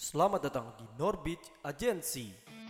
Selamat datang di Norbit Agency.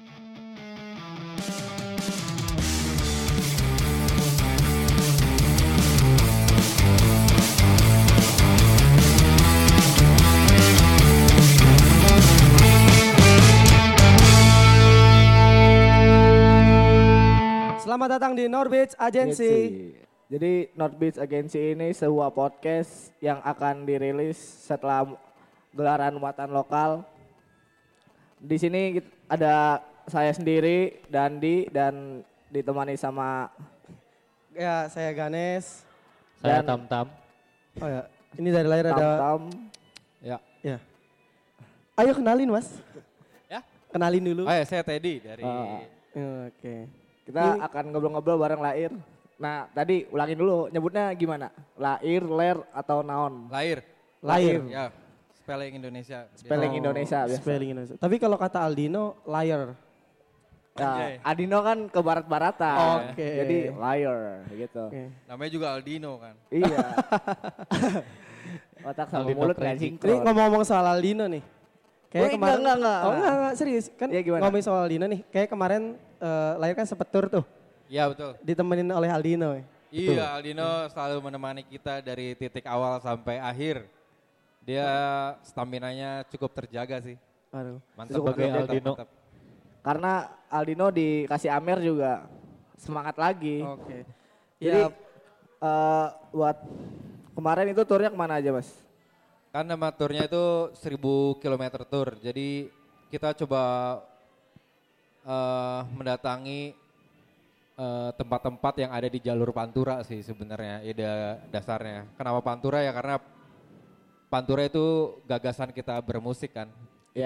Selamat datang di Norbit Agency. Jadi Norbit Agency ini sebuah podcast yang akan dirilis setelah gelaran muatan lokal. Di sini ada saya sendiri, Dandi, dan ditemani sama Ya, saya Ganes. Saya Dan- Tam-Tam. Oh ya, ini dari lahir ada. Tam-Tam. Ya. Ya. Ayo kenalin Mas. Ya. Kenalin dulu. Oh ya, saya Teddy dari Oke. Kita akan ngobrol-ngobrol bareng Lair. Nah, tadi ulangin dulu, nyebutnya gimana? Lair, ler, atau naon? Lahir. Lahir. Ya. Spelling Indonesia. Spelling Oh, Indonesia biasa. Spelling Indonesia. Tapi kalau kata Aldino, liar. Anjay. Nah, Adino kan ke barat-baratan. Oke. Jadi liar gitu. Oke. Namanya juga Aldino kan. Iya. Otak sama Aldino mulut nggak Crazy. Ini sinkron. ngomong-ngomong soal Aldino nih. Kayak Wih, kemarin. enggak. Oh enggak, serius. Kan Ya, gimana? ngomongin soal Aldino nih. Kayak kemarin lahir kan sempet tur tuh. Iya betul. Ditemenin oleh Aldino. Iya, Aldino selalu menemani kita dari titik awal sampai akhir. Dia staminanya cukup terjaga sih. Aduh. Mantap Cukup banget terjaga. Aldino. Karena Aldino dikasih Amer juga semangat lagi. Oke. Jadi Ya, buat kemarin itu turnya kemana aja mas? Kan nama turnya itu 1000 km tour. Jadi kita coba mendatangi tempat-tempat yang ada di jalur Pantura sih sebenarnya ide dasarnya. Kenapa Pantura ya karena Pantura itu gagasan kita bermusik kan. Iya. Itu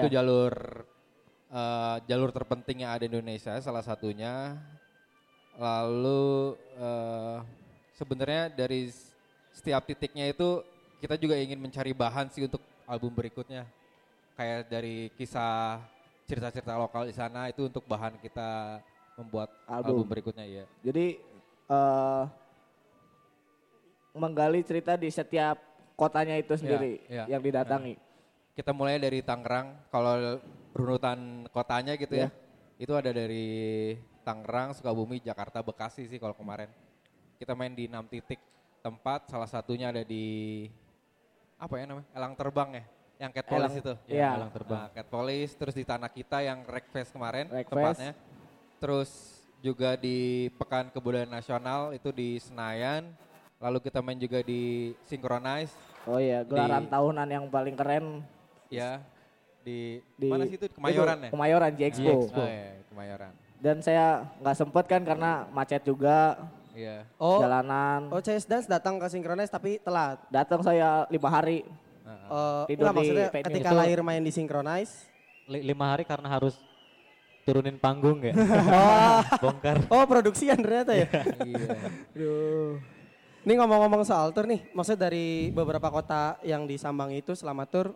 jalur terpenting yang ada di Indonesia salah satunya. Lalu sebenarnya dari setiap titiknya itu kita juga ingin mencari bahan sih untuk album berikutnya. Kayak dari kisah cerita-cerita lokal di sana itu untuk bahan kita membuat album berikutnya ya. Jadi menggali cerita di setiap kotanya itu sendiri iya. yang didatangi. Kita mulai dari Tangerang, kalau runutan kotanya gitu ya. Itu ada dari Tangerang, Sukabumi, Jakarta, Bekasi sih kalau kemarin. Kita main di 6 titik tempat, salah satunya ada di apa ya namanya? Elang Terbang ya, yang Cat Police itu. Iya. Elang Terbang. Cat Police, terus di Tanah Kita yang Wreckfest kemarin Wreckfest. tempatnya. Terus juga di Pekan Kebudayaan Nasional itu di Senayan. Lalu kita main juga di Synchronize. Oh iya, gelaran Di- tahunan yang paling keren Ya, di di mana sih itu? Kemayoran ya? Kemayoran G-Expo. Oh iya, Kemayoran. Dan saya nggak sempet kan karena macet juga Iya. oh, jalanan. CS Dance datang ke Synchronize tapi telat. Datang saya 5 hari. Tidur Enggak, maksudnya di venue ketika itu. lahir main di Synchronize. 5 hari karena harus turunin panggung ya. Bongkar. Oh, produksian ternyata ya. Iya. Aduh. Ini ngomong-ngomong soal tur nih, maksudnya dari beberapa kota yang di Sambang itu selama tur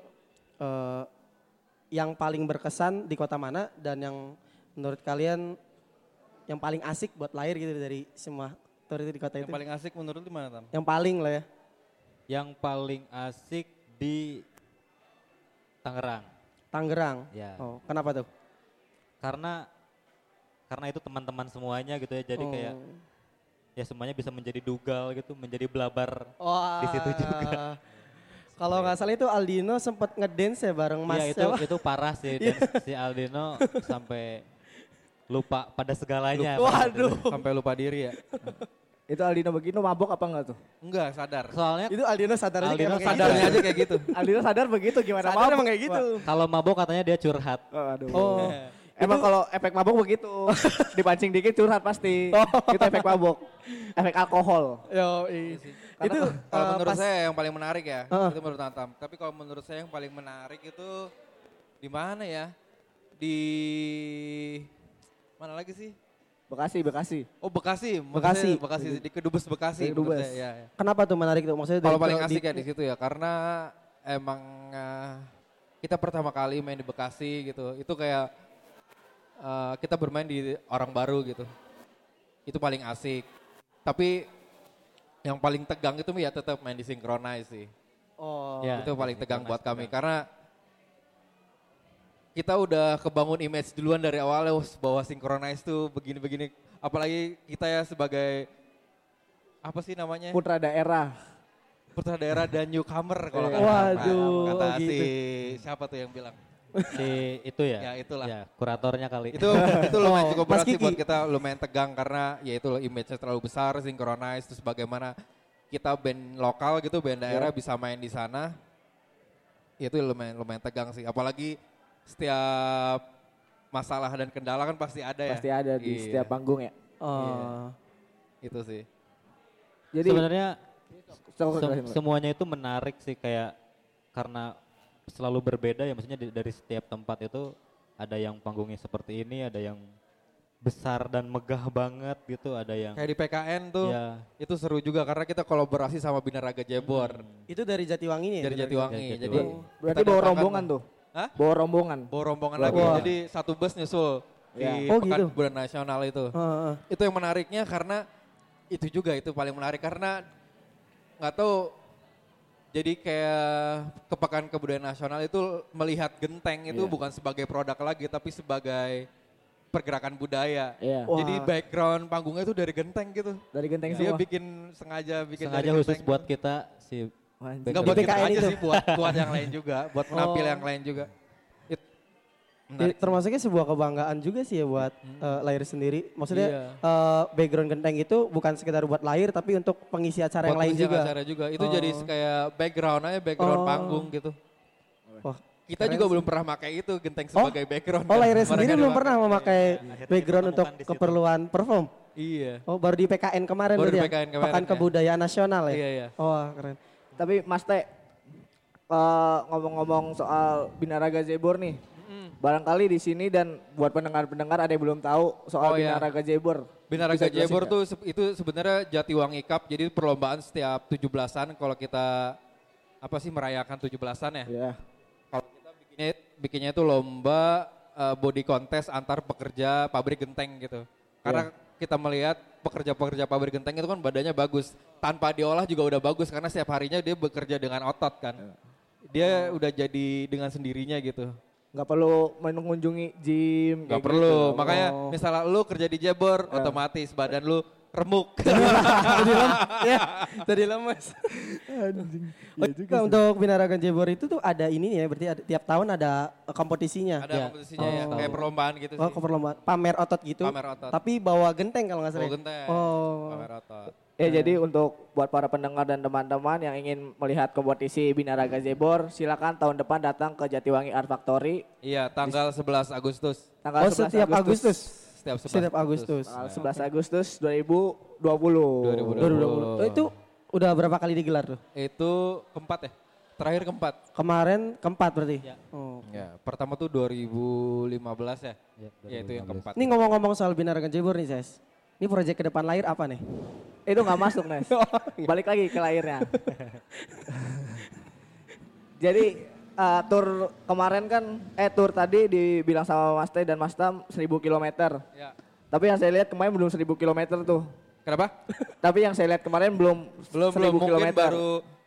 yang paling berkesan di kota mana dan yang menurut kalian yang paling asik buat lahir gitu dari semua tur itu di kota Yang itu? paling asik menurut lu mana, Tam? Yang paling lah ya. Yang paling asik di Tangerang. Tangerang. Ya. Oh, kenapa tuh? Karena itu teman-teman semuanya gitu ya. Jadi kayak ya semuanya bisa menjadi dugal gitu, menjadi belabar. Wah. di situ juga. Kalau nggak salah itu Aldino sempat ngedance ya bareng Mas. Iya itu parah sih dan si Aldino sampai lupa pada segalanya. Waduh. Sampai lupa diri ya? Itu Aldino Begino mabok apa enggak tuh? Enggak, sadar. Soalnya Itu Aldino sadar aja Aldino kayak kayak Sadarnya aja kayak gitu. Aldino sadar begitu gimana Sadar mabok? emang kayak gitu. kalau mabok katanya dia curhat. Aduh. Oh. Emang kalau efek mabok begitu, dipancing dikit curhat pasti. Itu efek mabok, efek alkohol. Yo, itu Kalau menurut pas- saya yang paling menarik ya, itu menurut Tantam. Tapi kalau menurut saya yang paling menarik itu di mana ya? Di mana lagi sih? Bekasi. Oh Bekasi, Bekasi. Bekasi di Kedubes Bekasi. Di menurut Kedubes. saya, ya. Kenapa tuh menarik tuh? Maksudnya Kalau dari- paling asik ya di situ ya, karena emang kita pertama kali main di Bekasi gitu. Itu kayak kita bermain di orang baru gitu. Itu paling asik. Tapi yang paling tegang itu ya tetap main di Synchronize sih. Oh. Ya, Itu paling tegang buat kami karena kita udah kebangun image duluan dari awal bahwa Synchronize tuh begini-begini. Apalagi kita ya sebagai apa sih namanya? Putra daerah. Putra daerah dan newcomer kalau Waduh, kata oh si gitu. siapa tuh yang bilang. Si itu ya? Ya itulah. Ya, kuratornya kali. Itu lumayan cukup Mas berat sih Kiki. buat kita, lumayan tegang karena ya itu loh image-nya terlalu besar, Synchronize, terus bagaimana kita band lokal gitu, band daerah bisa main di sana. Ya itu lumayan tegang sih, apalagi setiap masalah dan kendala kan pasti ada ya. Pasti ada di Iya, setiap panggung ya. Oh. itu sih. Jadi Sebenarnya so- semuanya itu menarik sih kayak karena selalu berbeda ya, maksudnya dari setiap tempat itu ada yang panggungnya seperti ini, ada yang besar dan megah banget gitu, ada yang Kayak di PKN tuh, ya itu seru juga karena kita kolaborasi sama Binaraga Jebor Itu dari Jatiwangi nih ya? dari Jatiwangi. Dari Jadi Jatiwangi. berarti kita bawa datangkan- rombongan tuh. Hah? Bawa rombongan. Bawa rombongan Wah. lagi, Wah. jadi satu bus nyusul Ya. di Oh, Pekan gitu. Kebudayaan Nasional itu. Heeh. Itu yang menariknya karena itu juga itu paling menarik karena nggak tahu, jadi kayak ke Pekan Kebudayaan Nasional itu melihat genteng itu Iya. bukan sebagai produk lagi tapi sebagai pergerakan budaya. Iya. Wah. Jadi background panggungnya itu dari genteng gitu. Dari genteng Dia semua. sengaja bikin sengaja dari khusus genteng. buat kita si Anjing. Enggak Di buat kita PKN aja itu. sih, buat yang lain juga, buat penampil Oh. yang lain juga. Termasuknya sebuah kebanggaan juga sih ya buat Lahir sendiri. Maksudnya Iya. background genteng itu bukan sekedar buat Lahir tapi untuk pengisi acara yang Buat lain pengisian juga. acara juga. Itu Oh. jadi kayak background aja, background Oh. panggung gitu. Wah, Kita keren juga sih. belum pernah pakai itu genteng sebagai background. Oh, kan. Lahir Mereka sendiri belum dipakai. pernah memakai Akhirnya background untuk ditemukan di situ. keperluan perform. Iya. Oh, baru di PKN kemarin Baru di berarti ya? PKN kemarin, Pekan ya. Kebudayaan Nasional ya? Iya, iya. Oh, keren. Tapi Mas Teh, ngomong-ngomong soal Binaraga Jebor nih. Barangkali di sini dan buat pendengar-pendengar ada yang belum tahu soal Oh, iya. Binaraga Jebor. Binaraga Bisa jelasin Jebor nggak? tuh itu sebenarnya Jatiwangi Cup. Jadi perlombaan setiap 17-an kalau kita merayakan 17-an ya. Ya. Kalau kita bikinnya itu lomba body contest antar pekerja pabrik genteng gitu. Karena kita melihat pekerja-pekerja pabrik genteng itu kan badannya bagus. Tanpa diolah juga udah bagus karena setiap harinya dia bekerja dengan otot kan. Dia udah jadi dengan sendirinya gitu. Nggak perlu mengunjungi gym. Gak kayak perlu, gitu. makanya Oh. misalnya lu kerja di Jebor, otomatis badan lu remuk. Jadi lemes. Anjing. Oh, Iya juga nah, sih. untuk Binaraga Jebor itu tuh ada ini ya, berarti tiap tahun ada kompetisinya. Ada Ya. kompetisinya ya, Oh. kayak perlombaan gitu Oh, sih. perlombaan pamer otot gitu. Pamer otot. Tapi bawa genteng kalau nggak salah. Bawa ya? genteng, Oh. pamer otot. Ya jadi untuk buat para pendengar dan teman-teman yang ingin melihat kompetisi Binaraga Jebor, silakan tahun depan datang ke Jatiwangi Art Factory Iya, tanggal 11 Agustus. tanggal Oh, 11 setiap Agustus. Setiap 11 Setiap Agustus. Tanggal 11 Agustus 2020. 2020. Oh, itu udah berapa kali digelar tuh? Itu keempat ya? Terakhir keempat. Kemarin keempat berarti? Ya. Oh. Ya, pertama tuh 2015 ya? Ya, Ya itu yang keempat. Ini ngomong-ngomong soal Binaraga Jebor nih, Ses. Ini proyek ke depan Lahir apa nih? Itu nggak masuk, Nes. Balik lagi ke lahirnya. Jadi tur kemarin kan, tur tadi dibilang sama Mas Teh dan Mas Tam 1000 kilometer. Ya. Tapi yang saya lihat kemarin belum 1000 kilometer tuh. Kenapa? Tapi yang saya lihat kemarin belum Belum 1000 mungkin kilometer. baru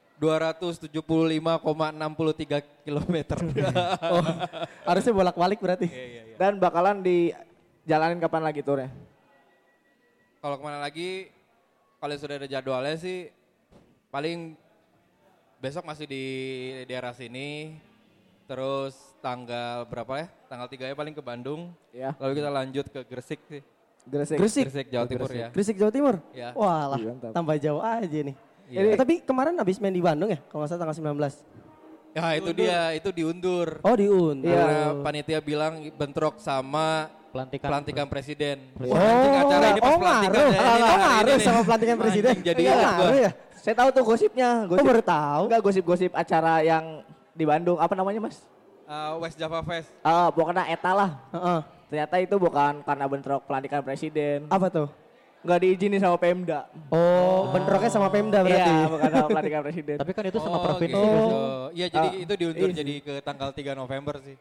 275,63 kilometer. Oh, harusnya bolak-balik berarti. Dan bakalan dijalanin kapan lagi turnya? Kalau kemana lagi, kalau sudah ada jadwalnya sih, paling besok masih di daerah sini. Terus tanggal berapa ya? Tanggal 3 ya paling ke Bandung. Ya, Lalu kita lanjut ke Gresik sih. Gresik. Gresik. Jawa Timur ya. Gresik Jawa Timur? Ya. Wah lah, Iya, mantap. tambah jauh aja nih. Iya. Tapi kemarin habis main di Bandung ya, kalau nggak salah tanggal 19. Ya itu dia, itu diundur. Oh diundur. Karena panitia bilang bentrok sama pelantikan presiden. Oh, Wah, anjing acara ini pas pelantikan ngaruh. ya, ini Oh, hari ngaruh ini. sama pelantikan presiden. Anjing, jadi Iya, ingat gua. ngaruh ya. Saya tahu tuh gosipnya. Oh baru tahu. Enggak gosip-gosip acara yang di Bandung. Apa namanya, Mas? West Java Fest. Pokoknya eta lah. Heeh. Ternyata itu bukan karena bentrok pelantikan presiden. Apa tuh? Nggak diizinin sama Pemda. Oh, bentroknya sama Pemda berarti. Iya, bukan sama pelantikan presiden. Tapi kan itu sama Oh, provinsi. gitu. kan? Iya jadi Ah, itu diundur iya. jadi ke tanggal 3 November sih.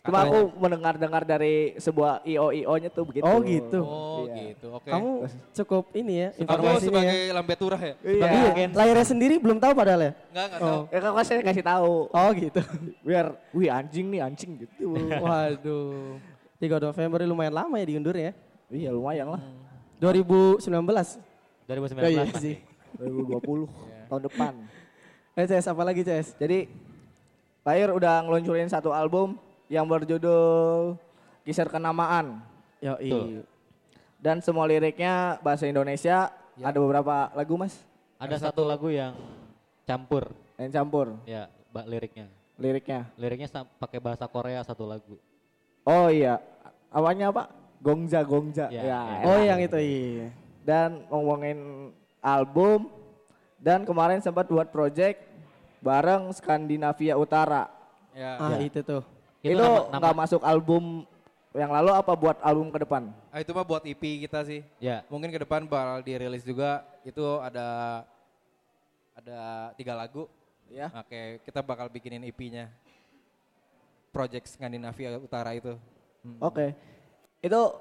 Cuma aku mendengar-dengar dari sebuah IO-IO-nya tuh begitu. Oh gitu. Oh Iya. gitu, oke. Kamu cukup ini ya Kamu informasinya sebagai ya. lambe turah ya? Iya. Lahirnya sendiri belum tahu padahal ya. Enggak tahu. Ya kan saya kasih tahu. Oh gitu. Biar, wih anjing nih anjing gitu. Waduh. 3 November lumayan lama ya diundur ya. Iya lumayan lah. 2019. 2019 Oh, iya masih. sih. 2020 tahun depan. CS apa lagi CS? Jadi Lahir udah ngeluncurin satu album yang berjudul Kisar Kenamaan. Yoi. Dan semua liriknya bahasa Indonesia. Ada beberapa lagu mas Ada satu lagu yang campur yang campur ya liriknya. liriknya. Liriknya pakai bahasa Korea satu lagu. Oh iya, awalnya apa? Gongja Gongja. Ya, Ya, ya. Oh enak. yang itu iya. Dan ngomongin album dan kemarin sempat buat project bareng Skandinavia Utara. Ya. Ah itu tuh. Itu nama- nggak masuk album yang lalu apa buat album ke depan? Ah, itu mah buat EP kita sih. Ya, Mungkin ke depan bakal dirilis juga. Itu ada 3 lagu. Ya. Oke, kita bakal bikinin EP-nya. Project Skandinavia Utara itu. Oke. Itu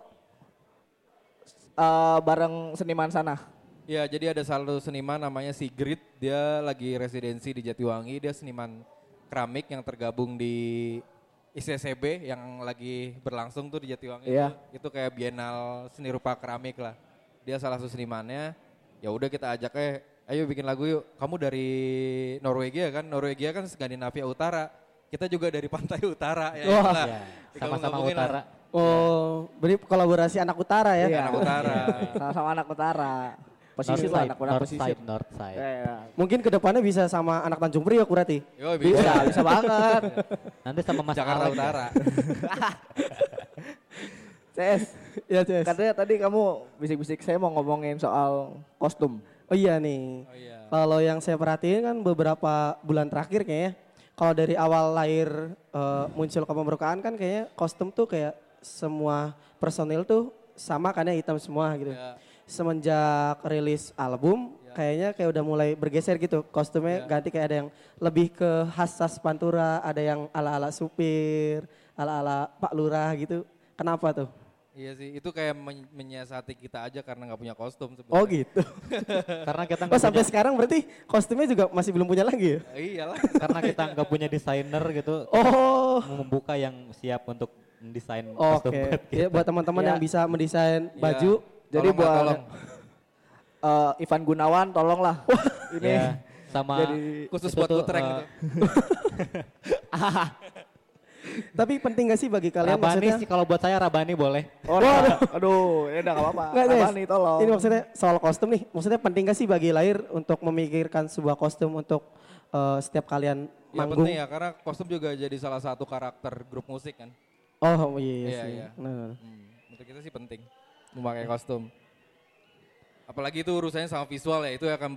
bareng seniman sana. Ya, jadi ada satu seniman namanya Sigrid. Dia lagi residensi di Jatiwangi. Dia seniman keramik yang tergabung di ICCB yang lagi berlangsung tuh di Jatiwangi. Iya. Itu kayak bienal seni rupa keramik lah. Dia salah satu senimannya. Ya udah kita ajak ayo bikin lagu yuk. Kamu dari Norwegia kan? Norwegia kan Skandinavia Utara. Kita juga dari pantai utara ya. Wah. itulah. ya. Digabung-gabungin Sama-sama lah. utara. Oh, beri kolaborasi anak utara ya. Iya. Anak utara. Sama-sama anak utara. Pesisir North lah, side, anak utara north pesisir. side, north side. Ya. Mungkin kedepannya bisa sama anak Tanjung Priok berarti. Yo, Bisa banget. Nanti sama Mas Jakarta Alek ya. Utara. CS, Iya CS. katanya tadi kamu bisik-bisik saya mau ngomongin soal kostum. Oh iya nih. Oh iya. Kalau yang saya perhatiin kan beberapa bulan terakhir kayaknya. Kalau dari awal lahir muncul kepemberkaan kan kayaknya kostum tuh kayak semua personil tuh sama kan ya hitam semua gitu. Ya. Semenjak rilis album kayaknya kayak udah mulai bergeser gitu. Kostumnya ganti kayak ada yang lebih ke khas Pantura, ada yang ala-ala supir, ala-ala Pak Lurah gitu. Kenapa tuh? Iya sih, itu kayak menyiasati kita aja karena nggak punya kostum sebenarnya. Oh gitu. Karena kita Oh nggak sampai punya, sekarang berarti kostumnya juga masih belum punya lagi ya? Iyalah. karena kita nggak punya desainer gitu. Oh. Membuka yang siap untuk mendesain Oke, kostum buat kita. ya, buat teman-teman Ya. yang bisa mendesain baju. Jadi Tolong, Mbak, buat tolong. Ivan Gunawan tolonglah. Ini Ya, sama jadi Khusus itu buat tuh, kutrek eh, gitu. Tapi penting gak sih bagi kalian Rabani maksudnya? sih kalau buat saya Rabani boleh. Oh, aduh, ini udah gak apa-apa. Nggak, Des. Apa nih tolong. Ini maksudnya soal kostum nih. Maksudnya penting gak sih bagi lahir untuk memikirkan sebuah kostum untuk setiap kalian Ya manggung? penting ya, karena kostum juga jadi salah satu karakter grup musik kan. Oh iya, Iya, sih. iya. Nah. Menurut kita sih penting memakai kostum. Apalagi itu urusannya sama visual ya, itu akan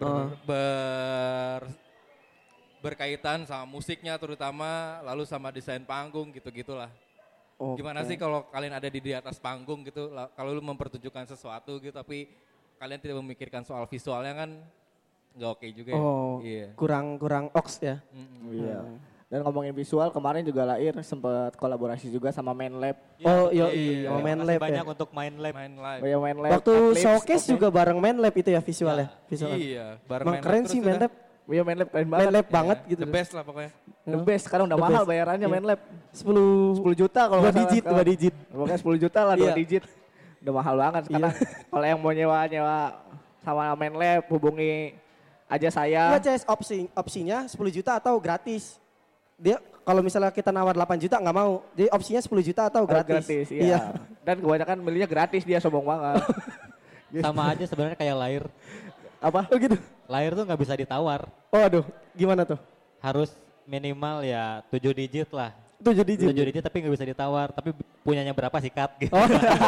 berkaitan sama musiknya terutama, lalu sama desain panggung gitu-gitulah. Oke. Gimana sih kalau kalian ada di atas panggung gitu, kalau lu mempertunjukkan sesuatu gitu, tapi kalian tidak memikirkan soal visualnya kan nggak oke juga ya. Oh, Iya. kurang oks ya. Iya. Dan ngomongin visual, kemarin juga Lahir sempat kolaborasi juga sama Main Lab. Oh iya, iya, iya. Main Makasih Lab ya. banyak untuk main lab. Main live. Oh ya Main Lab. Waktu Adlibs, showcase oke. juga bareng Main Lab itu ya visualnya. Visualnya. Iya, bareng Emang Main keren Lab sih terus Main udah. Lab. Iya Main Lab keren Main banget. Lab banget gitu. The best lah pokoknya. The best, sekarang udah The mahal best. bayarannya Iya. Main Lab. 10 10 juta kalau 2 nggak salah digit, sekarang. 2 digit. Pokoknya 10 juta lah, 2 Iya. digit. Udah mahal banget sekarang. Kalau yang mau nyewa sama Main Lab, hubungi aja saya. Iya CS opsinya 10 juta atau gratis. Dia kalau misalnya kita nawar 8 juta nggak mau. Jadi opsinya 10 juta atau gratis. iya. Dan kebanyakan belinya gratis, dia sombong banget. Sama aja sebenarnya kayak lahir. Apa? Oh gitu. Lahir tuh nggak bisa ditawar. Oh aduh, gimana tuh? Harus minimal ya 7 digit lah. 7 digit. 7 digit tapi nggak bisa ditawar. Tapi punyanya berapa sikat gitu. Oh,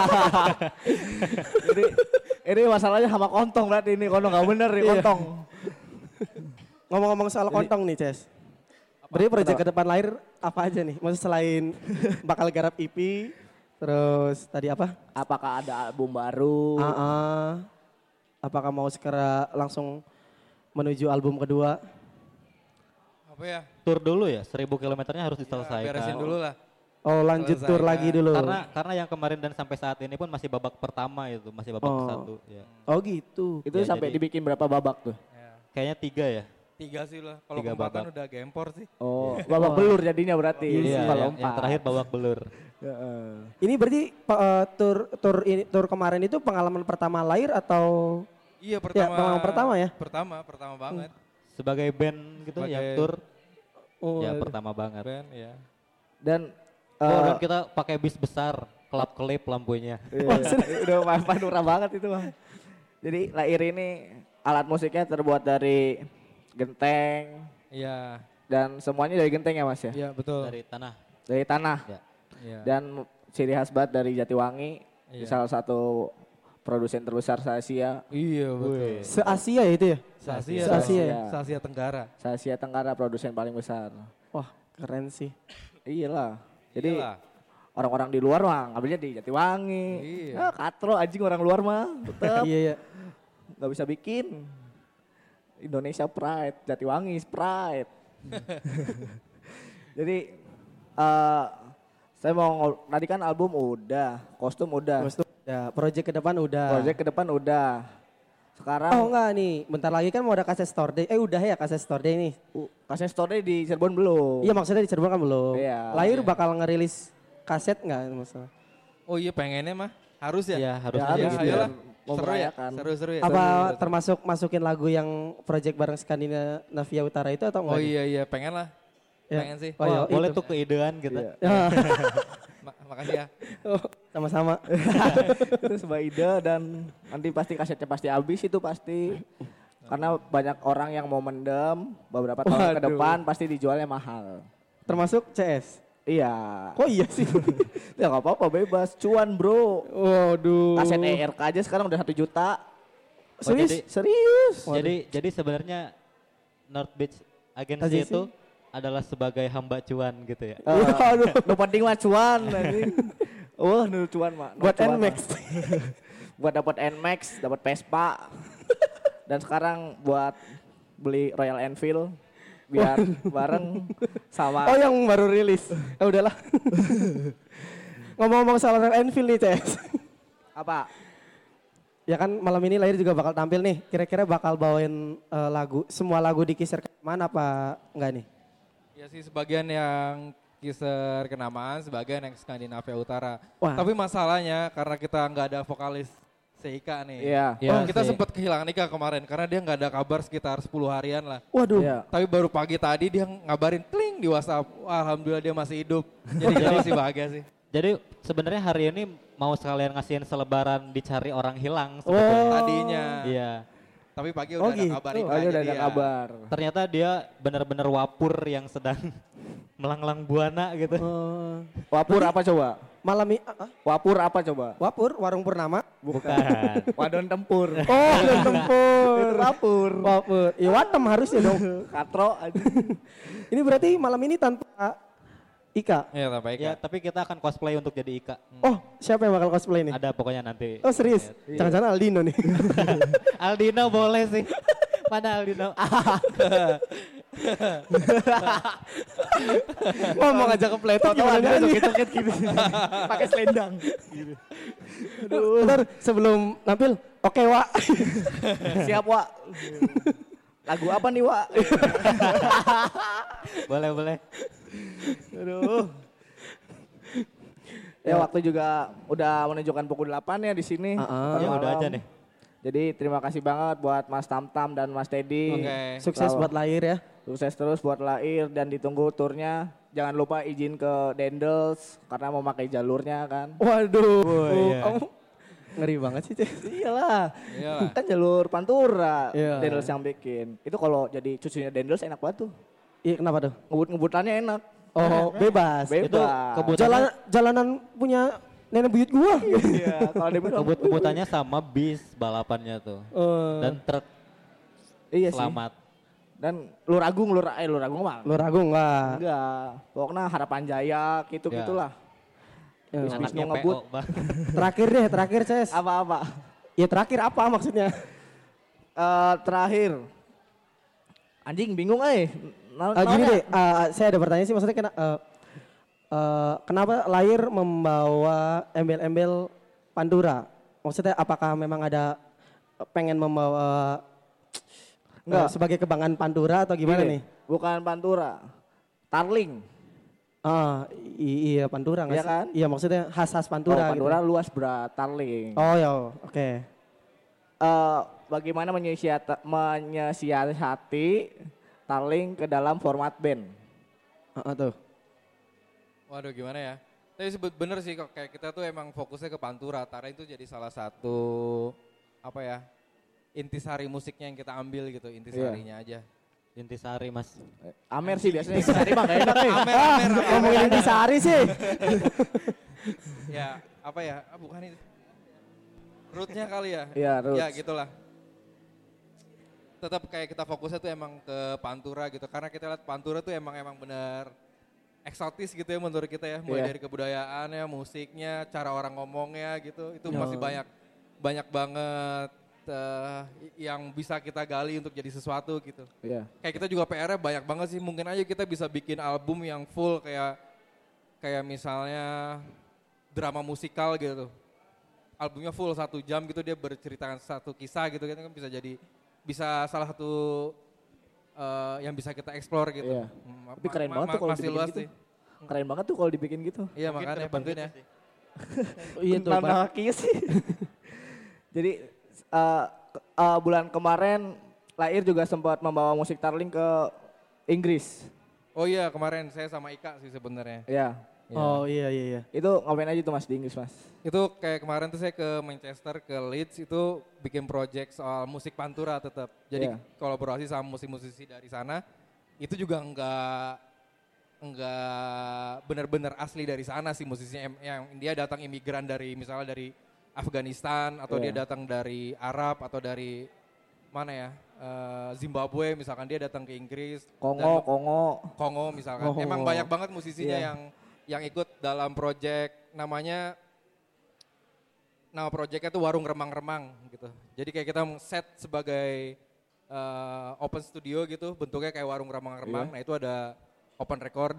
Jadi ini masalahnya sama kontong berarti ini kontong nggak bener nih Iya. kontong. ngomong-ngomong soal kontong nih, Ces. Berarti proyek ke depan lahir apa aja nih? Maksudnya selain bakal garap EP, terus tadi apa? Apakah ada album baru? Apakah mau segera langsung menuju album kedua? Apa ya? Tur dulu ya, 1000 kilometernya harus Ya, diselesaikan. beresin dulu lah. Oh lanjut Selesai tur kan. lagi dulu. Karena yang kemarin dan sampai saat ini pun masih babak pertama itu, masih babak satu. Ya. Oh gitu. Itu Ya, sampai jadi- dibikin berapa babak tuh? Ya. Kayaknya 3 ya. 3 sih lah. Kalau 3 keempat kan babak. udah gempor sih. Oh, babak belur jadinya berarti. Iya, Kalau yang terakhir babak belur. Heeh. Ini berarti tur kemarin itu pengalaman pertama lahir atau Iya pengalaman pertama ya? Pertama banget. Sebagai band gitu Sebagai yang tur Oh, ya pertama banget. Ben, ya. Dan Dan kita pakai bis besar, kelap-kelip lampunya. udah panura banget itu Bang. Jadi Lair ini alat musiknya terbuat dari genteng Iya, dan semuanya dari genteng ya Mas ya? iya betul. Dari tanah. Dari tanah. Ya. Iya. Dan ciri khas banget dari Jatiwangi, Iya. salah satu produsen terbesar se-Asia. Iya betul. se-Asia ya itu ya? Se-Asia. Se-Asia ya? Se-Asia Tenggara. Se-Asia Tenggara produsen paling besar. Wah keren sih. Iyalah. Jadi Iyalah. orang-orang di luar mah ngambilnya di Jatiwangi. Iya. Katro anjing orang luar mah tetep Iya ya. nggak bisa bikin. Indonesia Pride, Jatiwangi Pride. Jadi saya mau tadi kan album udah, kostum udah, Ya project ke depan udah. project ke depan udah. Sekarang Oh enggak nih, bentar lagi kan mau ada kaset store day. Udah ya kaset store day nih. kasih story di Cirebon belum? Iya maksudnya di Cirebon kan belum. Iya. Lahir bakal ngerilis kaset enggak masalah? Oh iya pengennya mah harus ya. Ya harus Ya, aja harus, gitu. biar Ayolah. mau Seru ya. merayakan. Seru ya. Apa Seru. termasuk masukin lagu yang project bareng Skandinavia Utara itu atau enggak? Oh iya pengen lah. Ya. Pengen sih. Oh, iya, Boleh itu. tuh keidean kita. Iya. Ya. Makasih ya. Oh, sama-sama. Itu sebuah ide dan nanti pasti kasetnya pasti habis itu pasti. Karena banyak orang yang mau mendem beberapa tahun ke Waduh. depan pasti dijualnya mahal. Termasuk CS. Iya. Kok iya sih? Ya nggak apa-apa bebas, cuan bro. Waduh. Kaset ERK aja sekarang udah 1 juta. Serius? jadi- Serius. Jadi sebenarnya North Beach Agency Agency? itu adalah sebagai hamba cuan gitu ya. Waduh. Nu penting mah cuan anjing. Oh, nu cuan mah. Nu Buat cuan NMAX. mah. Buat dapat NMAX, dapat Vespa. Dan sekarang buat beli Royal Enfield biar bareng sama Oh yang baru rilis. Udahlah. Ngomong-ngomong soal Royal Enfield nih CS. apa? Ya kan malam ini Lahir juga bakal tampil nih. Kira-kira bakal bawain semua lagu di Kiser Kenamaan apa enggak nih? Ya sih sebagian yang Kiser Kenamaan, sebagian yang Skandinavia Utara. Wah. Tapi masalahnya karena kita nggak ada vokalis Seika nih. Iya. Iya Kita sih. sempat kehilangan Ika kemarin karena dia nggak ada kabar sekitar 10 harian lah. Waduh. Iya. Tapi baru pagi tadi dia ngabarin kling di WhatsApp. Wah, alhamdulillah dia masih hidup. Jadi kita masih bahagia sih. Jadi sebenarnya hari ini mau sekalian ngasihin selebaran dicari orang hilang Oh. sebetulnya. Tadinya. Iya. Tapi pagi Oh, udah ada gitu. kabar Oh, Ikanya udah ada dia. kabar. Ternyata dia benar-benar wapur yang sedang melanglang buana gitu. Wapur apa coba? Malam ini Wapur apa coba? Wapur Warung Purnama. Bukan. Wadon tempur. Oh, dan tempur. Itu Wapur. Wapur. Ya Watem harusnya dong. Katro aja. Ini berarti malam ini tanpa Ika. Ya, tanpa Ika. Ya, tapi kita akan cosplay untuk jadi Ika. Oh, siapa yang bakal cosplay nih? Ada pokoknya nanti. Oh serius? Jangan-jangan Aldino nih. Aldino boleh sih. Mana Aldino? Oh mau ngajak ke playtime gimana nih? gitu Pakai selendang. Bentar sebelum nampil, oke Wak. Siap, Wak. Lagu apa nih, Wak? Boleh. Aduh. Ya waktu juga udah menunjukkan pukul 8 ya di sini. Ah, Ya Malam. udah aja nih. Jadi terima kasih banget buat Mas Tamtam dan Mas Teddy. Oke. Sukses buat Lahir ya. Sukses terus buat Lair dan ditunggu turnya. Jangan lupa izin ke Dendels karena mau pakai jalurnya kan. Waduh. iya. Kamu ngeri banget sih, Cez. Iyalah. Iyalah. Kan jalur Pantura Iya. Dendels yang bikin. Itu kalau jadi cucunya Dendels enak banget tuh. Iya kenapa tuh? Ngebut-ngebutannya enak. Oh bebas. Itu Jalanan, jalanan punya nenek buyut gua. Iya, kalau dia bilang, Kebut-kebutannya sama bis balapannya tuh. Dan truk iya sih. selamat. Dan Luragung mah Lu ragu nggak? enggak. Pokoknya Harapan Jaya gitu-gitulah. Ya. Bis-bis Anaknya mau ngebut. PO, Bang. Terakhir Ces. Apa-apa. Ya terakhir apa maksudnya? Terakhir. Anjing bingung Gini deh, saya ada pertanyaan sih maksudnya kena kenapa Lair membawa embel-embel Pantura? Maksudnya apakah memang ada pengen membawa sebagai kebanggaan Pantura atau gimana nih? Bukan Pantura, Tarling. Iya Pantura nggak Iya sih? kan? Iya maksudnya khas Pantura. Pantura gitu. luas berat, Tarling. Oh ya, oke. Bagaimana menyiasati Tarling ke dalam format band? Tuh. Waduh gimana ya. Tapi bener sih kok kayak kita tuh emang fokusnya ke Pantura. Tarling itu jadi salah satu apa ya intisari musiknya yang kita ambil gitu. Intisarinya aja. Intisari Mas. Amer sih biasanya intisari mah gak enak nih. Amer. Ngomongin intisari sih. Ya apa ya, bukan itu. Rootnya kali ya. Iya, roots. Ya gitulah. Tetap kayak kita fokusnya tuh emang ke Pantura gitu. Karena kita lihat Pantura tuh emang bener eksotis gitu ya menurut kita ya. Mulai dari kebudayaannya, musiknya, cara orang ngomongnya gitu. Itu masih banyak banget yang bisa kita gali untuk jadi sesuatu gitu. Iya. Kayak kita juga PR-nya banyak banget sih. Mungkin aja kita bisa bikin album yang full kayak misalnya drama musikal gitu. Albumnya full 1 jam gitu, dia berceritakan satu kisah gitu kan bisa salah satu yang bisa kita explore gitu. Iya. Tapi keren banget tuh kalau masih dibikin luas gitu. sih. Keren banget tuh kalau dibikin gitu. Iya makanya bantuin ya. Iya tuh. Tentang kakinya sih. Jadi bulan kemarin Lair juga sempat membawa musik Tarling ke Inggris. Oh iya kemarin saya sama Ika sih sebenarnya. Iya. Oh iya. Itu ngapain aja tuh Mas di Inggris Mas? Itu kayak kemarin tuh saya ke Manchester, ke Leeds itu bikin project soal musik Pantura tetap. Jadi kolaborasi sama musisi dari sana. Itu juga enggak benar-benar asli dari sana sih musisinya, yang dia datang imigran dari misalnya dari Afghanistan atau dia datang dari Arab atau dari mana ya, Zimbabwe misalkan, dia datang ke Inggris. Kongo misalkan. Emang banyak banget musisinya yang ikut dalam project nama projectnya tuh Warung Remang-Remang gitu. Jadi kayak kita set sebagai open studio gitu, bentuknya kayak warung remang-remang. Nah itu ada open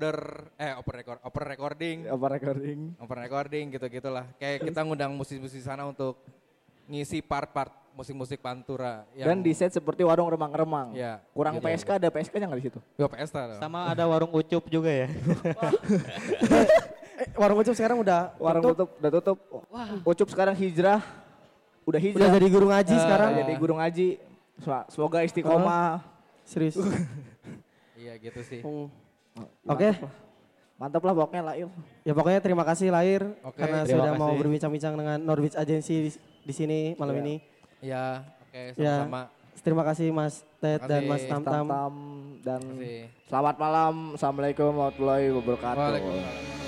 recording gitu-gitulah. Kayak kita ngundang musisi-musisi sana untuk ngisi part-part musik-musik Pantura. Dan di set seperti warung remang-remang. Ya, kurang gitu. PSK, ada PSK-nya nggak di situ? Yo PSK. Sama ada warung Ucup juga ya. Warung Ucup sekarang udah tutup. Ucup sekarang hijrah. Udah jadi guru ngaji sekarang. Jadi guru ngaji. Semoga istiqomah. Serius. Iya gitu sih. Oke. Mantap lah pokoknya Lair. Ya pokoknya terima kasih Lair karena sudah kasih. mau berbincang-bincang dengan Norwich Agency di sini malam ini. Ya, oke, sama-sama. Terima kasih Mas Ted dan Mas Tamtam. Dan selamat malam. Assalamualaikum warahmatullahi wabarakatuh. Waalaikumsalam.